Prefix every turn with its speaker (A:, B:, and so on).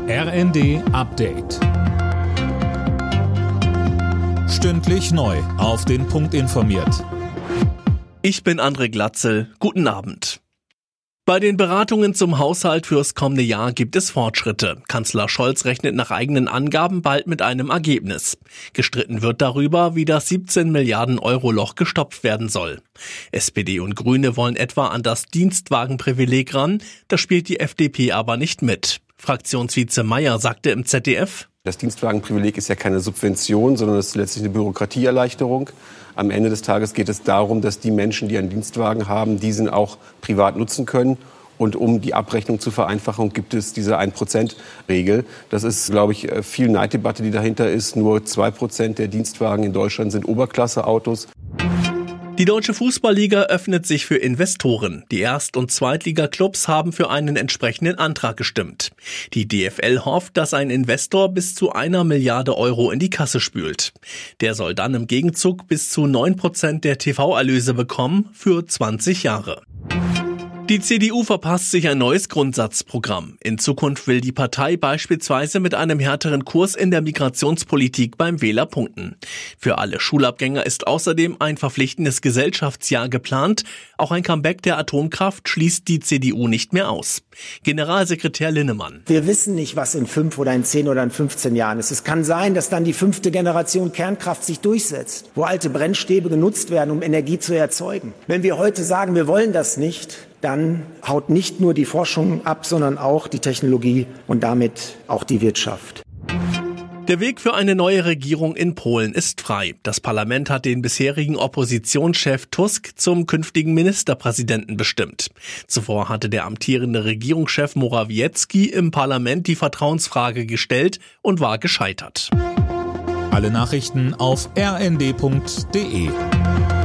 A: RND Update. Stündlich neu auf den Punkt informiert.
B: Ich bin André Glatzel. Guten Abend. Bei den Beratungen zum Haushalt fürs kommende Jahr gibt es Fortschritte. Kanzler Scholz rechnet nach eigenen Angaben bald mit einem Ergebnis. Gestritten wird darüber, wie das 17 Milliarden Euro Loch gestopft werden soll. SPD und Grüne wollen etwa an das Dienstwagenprivileg ran, da spielt die FDP aber nicht mit. Fraktionsvize Mayer sagte im ZDF:
C: Das Dienstwagenprivileg ist ja keine Subvention, sondern es ist letztlich eine Bürokratieerleichterung. Am Ende des Tages geht es darum, dass die Menschen, die einen Dienstwagen haben, diesen auch privat nutzen können. Und um die Abrechnung zu vereinfachen, gibt es diese 1%-Regel. Das ist, glaube ich, viel Neiddebatte, die dahinter ist. Nur 2% der Dienstwagen in Deutschland sind Oberklasse-Autos.
B: Die Deutsche Fußballliga öffnet sich für Investoren. Die Erst- und Zweitliga-Clubs haben für einen entsprechenden Antrag gestimmt. Die DFL hofft, dass ein Investor bis zu 1 Milliarde Euro in die Kasse spült. Der soll dann im Gegenzug bis zu 9% der TV-Erlöse bekommen für 20 Jahre. Die CDU verpasst sich ein neues Grundsatzprogramm. In Zukunft will die Partei beispielsweise mit einem härteren Kurs in der Migrationspolitik beim Wähler punkten. Für alle Schulabgänger ist außerdem ein verpflichtendes Gesellschaftsjahr geplant. Auch ein Comeback der Atomkraft schließt die CDU nicht mehr aus. Generalsekretär Linnemann:
D: Wir wissen nicht, was in 5 oder in 10 oder in 15 Jahren ist. Es kann sein, dass dann die 5. Generation Kernkraft sich durchsetzt, wo alte Brennstäbe genutzt werden, um Energie zu erzeugen. Wenn wir heute sagen, wir wollen das nicht, dann haut nicht nur die Forschung ab, sondern auch die Technologie und damit auch die Wirtschaft.
B: Der Weg für eine neue Regierung in Polen ist frei. Das Parlament hat den bisherigen Oppositionschef Tusk zum künftigen Ministerpräsidenten bestimmt. Zuvor hatte der amtierende Regierungschef Morawiecki im Parlament die Vertrauensfrage gestellt und war gescheitert.
A: Alle Nachrichten auf rnd.de.